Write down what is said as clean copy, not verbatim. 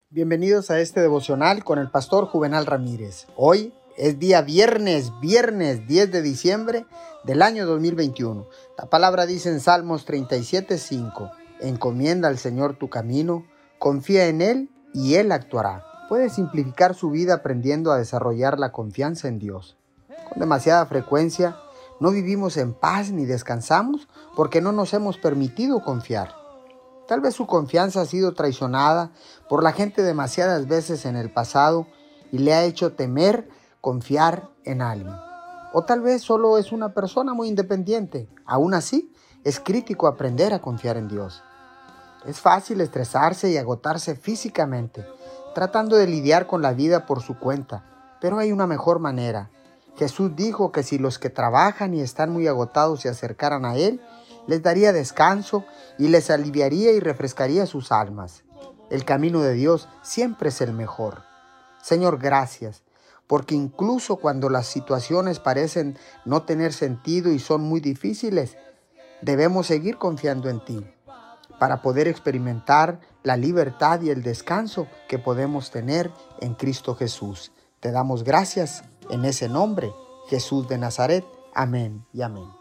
Bienvenidos a este devocional con el pastor Juvenal Ramírez. Hoy es día viernes 10 de diciembre del año 2021. La palabra dice en Salmos 37:5, encomienda al Señor tu camino, confía en Él y Él actuará. Puede simplificar su vida aprendiendo a desarrollar la confianza en Dios. Con demasiada frecuencia no vivimos en paz ni descansamos porque no nos hemos permitido confiar. Tal vez su confianza ha sido traicionada por la gente demasiadas veces en el pasado y le ha hecho temer confiar en alguien. O tal vez solo es una persona muy independiente. Aún así, es crítico aprender a confiar en Dios. Es fácil estresarse y agotarse físicamente, tratando de lidiar con la vida por su cuenta. Pero hay una mejor manera. Jesús dijo que si los que trabajan y están muy agotados se acercaran a Él, les daría descanso y les aliviaría y refrescaría sus almas. El camino de Dios siempre es el mejor. Señor, gracias, porque incluso cuando las situaciones parecen no tener sentido y son muy difíciles, debemos seguir confiando en ti para poder experimentar la libertad y el descanso que podemos tener en Cristo Jesús. Te damos gracias en ese nombre, Jesús de Nazaret. Amén y amén.